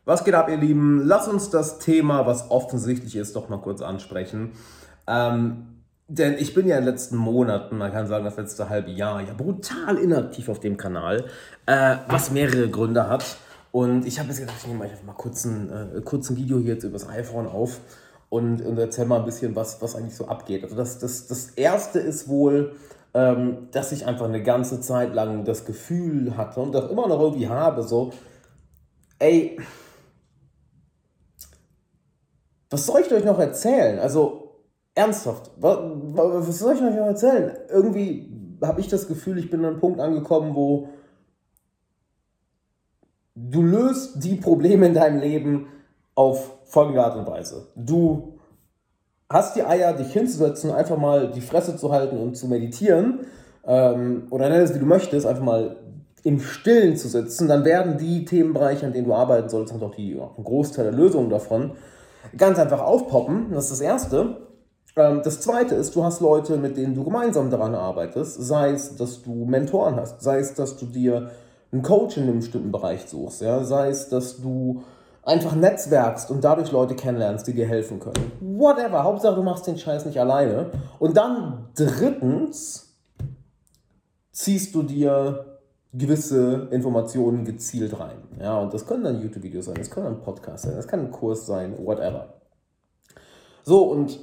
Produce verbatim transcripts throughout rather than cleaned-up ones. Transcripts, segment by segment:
Was geht ab, ihr Lieben? Lass uns das Thema, was offensichtlich ist, doch mal kurz ansprechen. Ähm, denn ich bin ja in den letzten Monaten, man kann sagen das letzte halbe Jahr, ja brutal inaktiv auf dem Kanal, äh, was mehrere Gründe hat. Und ich habe jetzt gedacht, ich nehme einfach mal kurz ein, äh, kurz ein Video hier jetzt über das iPhone auf und, und erzähl mal ein bisschen, was, was eigentlich so abgeht. Also das, das, das Erste ist wohl, ähm, dass ich einfach eine ganze Zeit lang das Gefühl hatte und auch immer noch irgendwie habe, so, ey, was soll ich euch noch erzählen? Also, ernsthaft, was, was soll ich euch noch erzählen? Irgendwie habe ich das Gefühl, ich bin an einem Punkt angekommen, wo du löst die Probleme in deinem Leben auf folgende Art und Weise. Du hast die Eier, dich hinzusetzen, einfach mal die Fresse zu halten und zu meditieren, ähm, oder nenn es wie du möchtest, einfach mal im Stillen zu sitzen, dann werden die Themenbereiche, an denen du arbeiten sollst, und auch, die, auch ein Großteil der Lösungen davon, ganz einfach aufpoppen. Das ist das Erste. Ähm, das Zweite ist, du hast Leute, mit denen du gemeinsam daran arbeitest. Sei es, dass du Mentoren hast. Sei es, dass du dir einen Coach in einem bestimmten Bereich suchst. Ja? Sei es, dass du einfach netzwerkst und dadurch Leute kennenlernst, die dir helfen können. Whatever. Hauptsache, du machst den Scheiß nicht alleine. Und dann drittens ziehst du dir gewisse Informationen gezielt rein. Ja, und das können dann YouTube-Videos sein, das können dann Podcasts sein, das kann ein Kurs sein, whatever. So, und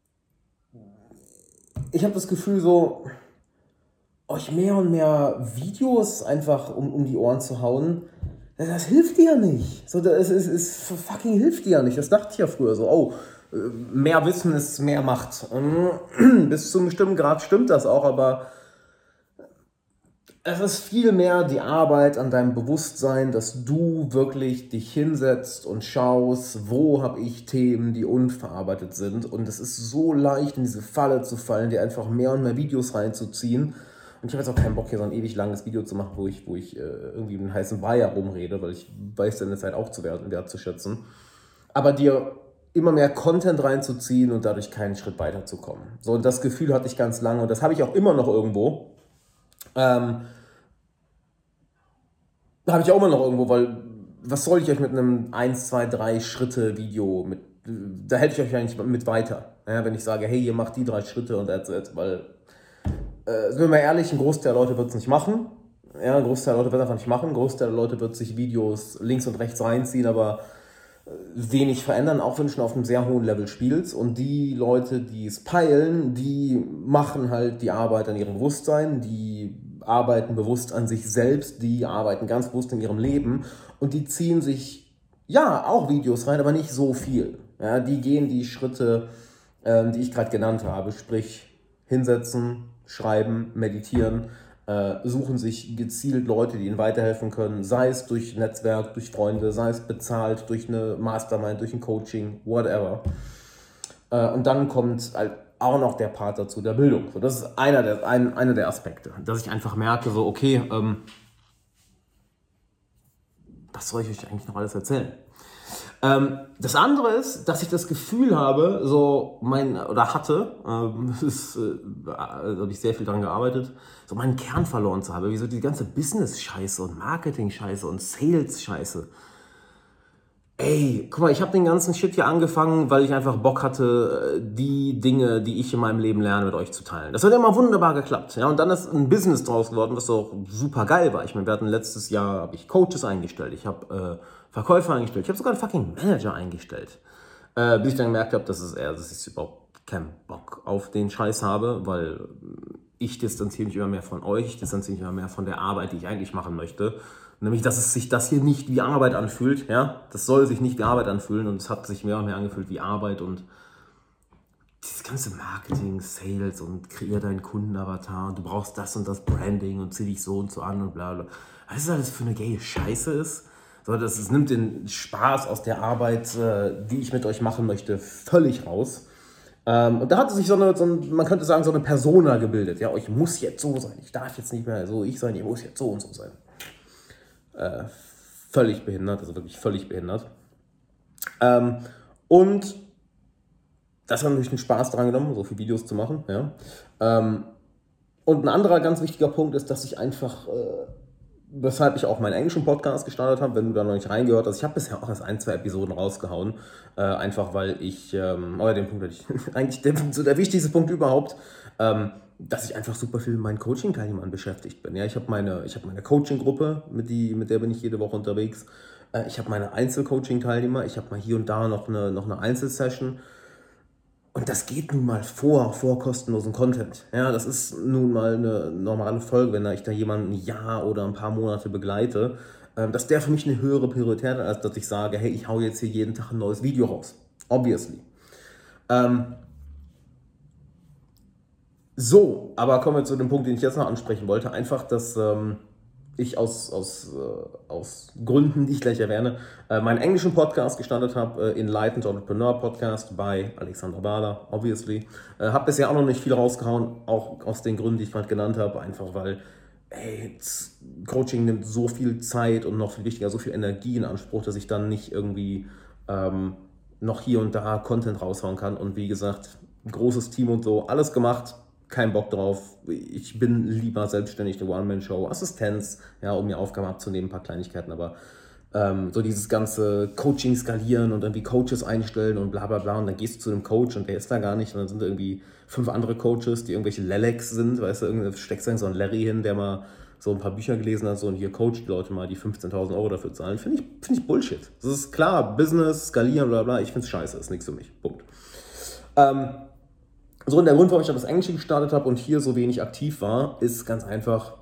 ich habe das Gefühl, so euch mehr und mehr Videos einfach um, um die Ohren zu hauen, das hilft dir ja nicht. So, das ist, ist fucking hilft dir ja nicht. Das dachte ich ja früher so, oh, mehr Wissen ist mehr Macht. Bis zu einem bestimmten Grad stimmt das auch, aber es ist vielmehr die Arbeit an deinem Bewusstsein, dass du wirklich dich hinsetzt und schaust, wo habe ich Themen, die unverarbeitet sind. Und es ist so leicht, in diese Falle zu fallen, dir einfach mehr und mehr Videos reinzuziehen. Und ich habe jetzt auch keinen Bock, hier so ein ewig langes Video zu machen, wo ich, wo ich äh, irgendwie einen heißen Weiher rumrede, weil ich weiß, deine Zeit auch zu werten, wertzuschätzen. Aber dir immer mehr Content reinzuziehen und dadurch keinen Schritt weiterzukommen. So, und das Gefühl hatte ich ganz lange und das habe ich auch immer noch irgendwo. Ähm, habe ich auch immer noch irgendwo, weil was soll ich euch mit einem eins, zwei, drei Schritte Video mit, da hätte ich euch eigentlich mit weiter, ja, wenn ich sage, hey, ihr macht die drei Schritte und that's it, weil, äh, sind wir mal ehrlich, ein Großteil der Leute wird es nicht machen, ja, ein Großteil der Leute wird es einfach nicht machen, ein Großteil der Leute wird sich Videos links und rechts reinziehen, aber wenig verändern, auch wenn du schon auf einem sehr hohen Level spielst. Und die Leute, die es peilen, die machen halt die Arbeit an ihrem Bewusstsein, die arbeiten bewusst an sich selbst, die arbeiten ganz bewusst in ihrem Leben und die ziehen sich, ja, auch Videos rein, aber nicht so viel. Ja, die gehen die Schritte, ähm, die ich gerade genannt habe, sprich hinsetzen, schreiben, meditieren, äh, suchen sich gezielt Leute, die ihnen weiterhelfen können, sei es durch Netzwerk, durch Freunde, sei es bezahlt, durch eine Mastermind, durch ein Coaching, whatever. Äh, und dann kommt halt auch noch der Part dazu, der Bildung. So, das ist einer der, ein, einer der Aspekte, dass ich einfach merke, so okay, ähm, was soll ich euch eigentlich noch alles erzählen? Ähm, das andere ist, dass ich das Gefühl habe, so mein, oder hatte, ähm, ist, äh, da habe ich sehr viel dran gearbeitet, so meinen Kern verloren zu haben, wie so die ganze Business-Scheiße und Marketing-Scheiße und Sales-Scheiße. Ey, guck mal, ich habe den ganzen Shit hier angefangen, weil ich einfach Bock hatte, die Dinge, die ich in meinem Leben lerne, mit euch zu teilen. Das hat immer wunderbar geklappt. Ja? Und dann ist ein Business draus geworden, was auch super geil war. Ich meine, wir hatten letztes Jahr, habe ich Coaches eingestellt, ich habe äh, Verkäufer eingestellt, ich habe sogar einen fucking Manager eingestellt. Äh, bis ich dann gemerkt habe, dass, es eher, dass ich überhaupt keinen Bock auf den Scheiß habe, weil ich distanziere mich immer mehr von euch, ich distanziere mich immer mehr von der Arbeit, die ich eigentlich machen möchte. Nämlich, dass es sich das hier nicht wie Arbeit anfühlt. Ja? Das soll sich nicht wie Arbeit anfühlen und es hat sich mehr und mehr angefühlt wie Arbeit und dieses ganze Marketing, Sales und kreier deinen Kundenavatar und du brauchst das und das Branding und zieh dich so und so an und bla bla. Was ist alles für eine geile Scheiße ist? So, das, es nimmt den Spaß aus der Arbeit, äh, die ich mit euch machen möchte, völlig raus. Ähm, und da hat sich so eine, so ein, man könnte sagen, so eine Persona gebildet. Ja, ich muss jetzt so sein, ich darf jetzt nicht mehr so ich sein, ich muss jetzt so und so sein. Äh, völlig behindert, also wirklich völlig behindert. Ähm, und das hat natürlich einen Spaß dran genommen, so viele Videos zu machen. Ja. Ähm, und ein anderer ganz wichtiger Punkt ist, dass ich einfach äh, weshalb ich auch meinen englischen Podcast gestartet habe, wenn du da noch nicht reingehört hast. Ich habe bisher auch erst ein, zwei Episoden rausgehauen, äh, einfach weil ich, ähm, aber den Punkt hatte ich, eigentlich der, so der wichtigste Punkt überhaupt, ähm, dass ich einfach super viel mit meinen Coaching-Teilnehmern beschäftigt bin. Ja, ich habe meine, ich habe meine Coaching-Gruppe, mit, die, mit der bin ich jede Woche unterwegs. Äh, ich habe meine Einzel-Coaching-Teilnehmer, ich habe mal hier und da noch eine, noch eine Einzelsession. Und das geht nun mal vor, vor kostenlosen Content. Ja, das ist nun mal eine normale Folge, wenn ich da jemanden ein Jahr oder ein paar Monate begleite, ähm, dass der für mich eine höhere Priorität hat, als dass ich sage, hey, ich hau jetzt hier jeden Tag ein neues Video raus. Obviously. Ähm, so, aber kommen wir zu dem Punkt, den ich jetzt noch ansprechen wollte. Einfach, dass ähm, ich aus, aus, äh, aus Gründen, die ich gleich erwähne, äh, meinen englischen Podcast gestartet habe, äh, Enlightened Entrepreneur Podcast bei Alexander Bala, obviously. Äh, habe bisher auch noch nicht viel rausgehauen, auch aus den Gründen, die ich gerade genannt habe, einfach weil ey, Coaching nimmt so viel Zeit und noch viel wichtiger, so viel Energie in Anspruch, dass ich dann nicht irgendwie ähm, noch hier und da Content raushauen kann. Und wie gesagt, großes Team und so, alles gemacht. Kein Bock drauf. Ich bin lieber selbstständig, eine One-Man-Show, Assistenz, ja, um mir Aufgaben abzunehmen, ein paar Kleinigkeiten, aber ähm, so dieses ganze Coaching skalieren und irgendwie Coaches einstellen und bla bla bla und dann gehst du zu einem Coach und der ist da gar nicht und dann sind da irgendwie fünf andere Coaches, die irgendwelche Lelex sind, weißt du, irgendwie steckst du so einen Larry hin, der mal so ein paar Bücher gelesen hat, so und hier coacht die Leute mal, die fünfzehntausend Euro dafür zahlen. Finde ich, find ich Bullshit. Das ist klar, Business, skalieren, bla bla, ich finde es scheiße, ist nichts für mich. Punkt. Ähm, So, und der Grund, warum ich das Englische gestartet habe und hier so wenig aktiv war, ist ganz einfach,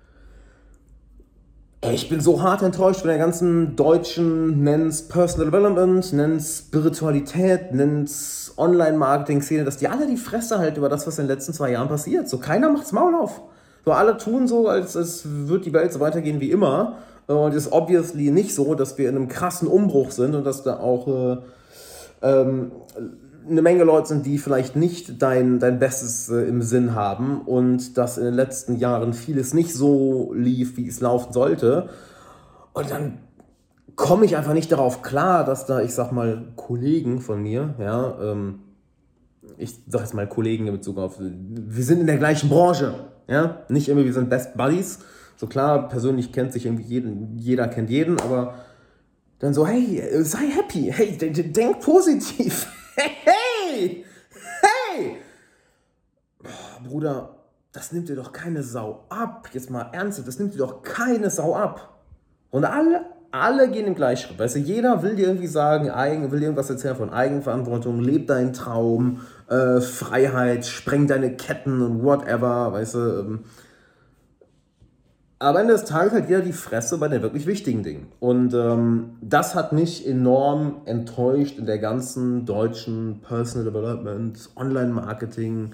ey, ich bin so hart enttäuscht von der ganzen deutschen, nenn's Personal Development, nenn's Spiritualität, nenn's Online-Marketing-Szene, dass die alle die Fresse halten über das, was in den letzten zwei Jahren passiert. So, keiner macht's Maul auf. So, alle tun so, als es wird die Welt so weitergehen wie immer. Und es ist obviously nicht so, dass wir in einem krassen Umbruch sind und dass da auch äh, ähm, eine Menge Leute sind, die vielleicht nicht dein, dein Bestes äh, im Sinn haben und dass in den letzten Jahren vieles nicht so lief, wie es laufen sollte. Und dann komme ich einfach nicht darauf klar, dass da, ich sag mal, Kollegen von mir, ja, ähm, ich sag jetzt mal Kollegen in Bezug auf, wir sind in der gleichen Branche, ja, nicht immer, wir sind Best Buddies. So klar, persönlich kennt sich irgendwie jeden, jeder kennt jeden, aber dann so, hey, sei happy, hey, denk positiv. Hey, hey, oh, Bruder, das nimmt dir doch keine Sau ab. Jetzt mal ernsthaft, das nimmt dir doch keine Sau ab. Und alle, alle gehen im Gleichschritt. Weißt du, jeder will dir irgendwie sagen, eigen, will dir irgendwas erzählen von Eigenverantwortung, leb deinen Traum, äh, Freiheit, spreng deine Ketten und whatever, weißt du. Ähm, Aber am Ende des Tages hat jeder die Fresse bei den wirklich wichtigen Dingen. Und ähm, das hat mich enorm enttäuscht in der ganzen deutschen Personal Development, Online-Marketing,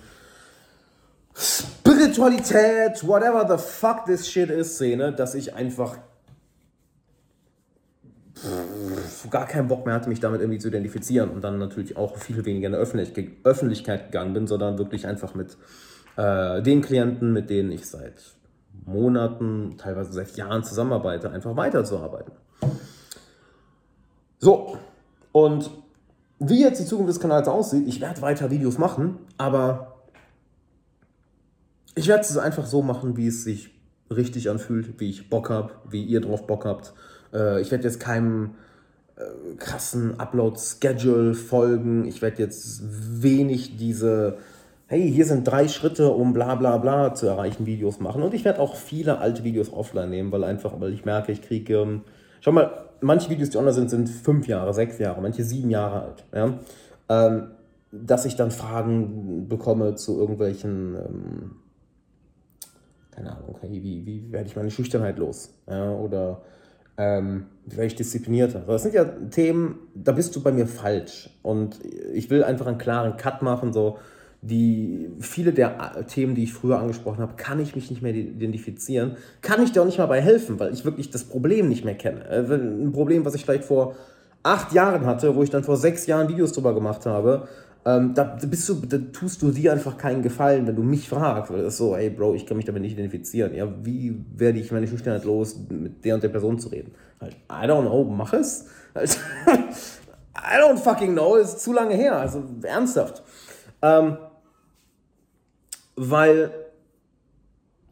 Spiritualität, whatever the fuck this shit is, Szene, dass ich einfach pff, gar keinen Bock mehr hatte, mich damit irgendwie zu identifizieren und dann natürlich auch viel weniger in der Öffentlich- Öffentlichkeit gegangen bin, sondern wirklich einfach mit äh, den Klienten, mit denen ich seit Monaten, teilweise seit Jahren zusammenarbeite, einfach weiterzuarbeiten. So, und wie jetzt die Zukunft des Kanals aussieht, ich werde weiter Videos machen, aber ich werde es einfach so machen, wie es sich richtig anfühlt, wie ich Bock habe, wie ihr drauf Bock habt. Äh, ich werde jetzt keinem äh, krassen Upload-Schedule folgen, ich werde jetzt wenig diese hey, hier sind drei Schritte, um bla bla bla zu erreichen, Videos machen. Und ich werde auch viele alte Videos offline nehmen, weil einfach, weil ich merke, ich kriege, ähm, schau mal, manche Videos, die online sind, sind fünf Jahre, sechs Jahre, manche sieben Jahre alt. Ja? Ähm, dass ich dann Fragen bekomme zu irgendwelchen, ähm, keine Ahnung, hey, wie, wie werde ich meine Schüchternheit los? Ja? Oder ähm, wie werde ich disziplinierter? Das sind ja Themen, da bist du bei mir falsch. Und ich will einfach einen klaren Cut machen, so, die viele der Themen, die ich früher angesprochen habe, kann ich mich nicht mehr identifizieren, kann ich dir auch nicht mal bei helfen, weil ich wirklich das Problem nicht mehr kenne. Ein Problem, was ich vielleicht vor acht Jahren hatte, wo ich dann vor sechs Jahren Videos drüber gemacht habe, ähm, da, bist du, da tust du dir einfach keinen Gefallen, wenn du mich fragst, weil das ist so, ey Bro, ich kann mich damit nicht identifizieren. Ja, wie werde ich meine Schüchternheit los, mit der und der Person zu reden? Halt, I don't know, mach es. Halt, I don't fucking know, ist zu lange her, also ernsthaft. Ähm, Weil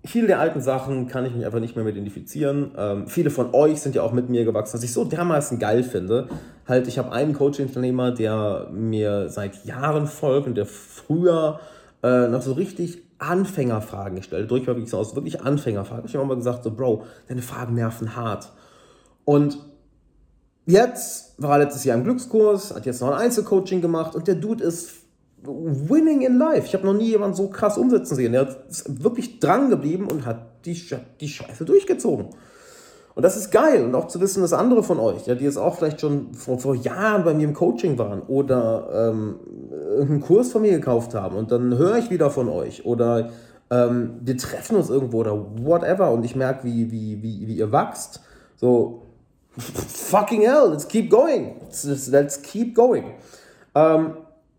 viele der alten Sachen kann ich mich einfach nicht mehr mit identifizieren. Ähm, viele von euch sind ja auch mit mir gewachsen, was ich so dermaßen geil finde. Halt, ich habe einen Coaching-Unternehmer, der mir seit Jahren folgt und der früher äh, noch so richtig Anfängerfragen gestellt hat. Drück mal wirklich so aus, wirklich Anfängerfragen. Ich habe immer gesagt, so Bro, deine Fragen nerven hart. Und jetzt war er letztes Jahr im Glückskurs, hat jetzt noch ein Einzelcoaching gemacht und der Dude ist winning in life. Ich habe noch nie jemanden so krass umsetzen sehen. Der ist wirklich dran geblieben und hat die, die Scheiße durchgezogen. Und das ist geil. Und auch zu wissen, dass andere von euch, ja, die jetzt auch vielleicht schon vor, vor Jahren bei mir im Coaching waren oder ähm, einen Kurs von mir gekauft haben und dann höre ich wieder von euch oder ähm, wir treffen uns irgendwo oder whatever und ich merke, wie, wie, wie, wie ihr wächst. So, fucking hell, let's keep going. Let's, let's keep going. Ähm,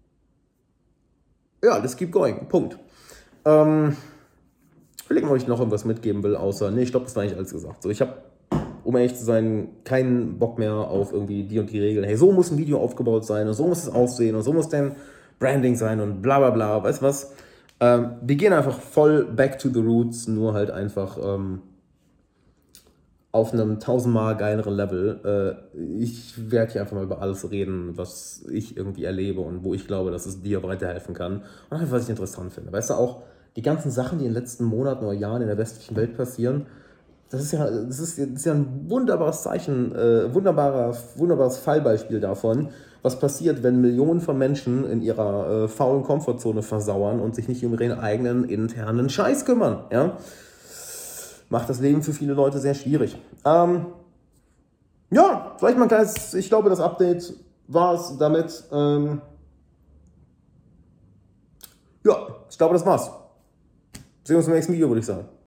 ja, let's keep going. Punkt. Ähm, ich will euch noch irgendwas mitgeben will, außer, nee, ich glaube, das war eigentlich alles gesagt. So, ich habe, um ehrlich zu sein, keinen Bock mehr auf irgendwie die und die Regeln. Hey, so muss ein Video aufgebaut sein und so muss es aussehen und so muss dein Branding sein und bla bla bla, weißt du was? Ähm, wir gehen einfach voll back to the roots, nur halt einfach ähm, auf einem tausendmal geileren Level. Äh, ich werde hier einfach mal über alles reden, was ich irgendwie erlebe und wo ich glaube, dass es dir weiterhelfen kann. Und einfach, was ich interessant finde. Weißt du, auch die ganzen Sachen, die in den letzten Monaten oder Jahren in der westlichen Welt passieren, das ist ja, das ist, das ist ja ein wunderbares Zeichen, äh, wunderbarer, wunderbares Fallbeispiel davon, was passiert, wenn Millionen von Menschen in ihrer äh, faulen Komfortzone versauern und sich nicht um ihren eigenen internen Scheiß kümmern. Ja? Macht das Leben für viele Leute sehr schwierig. Ähm, ja, vielleicht mal ein kleines, ich glaube, das Update war es damit. Ähm, ja, ich glaube, das war's. Sehen wir uns im nächsten Video, würde ich sagen.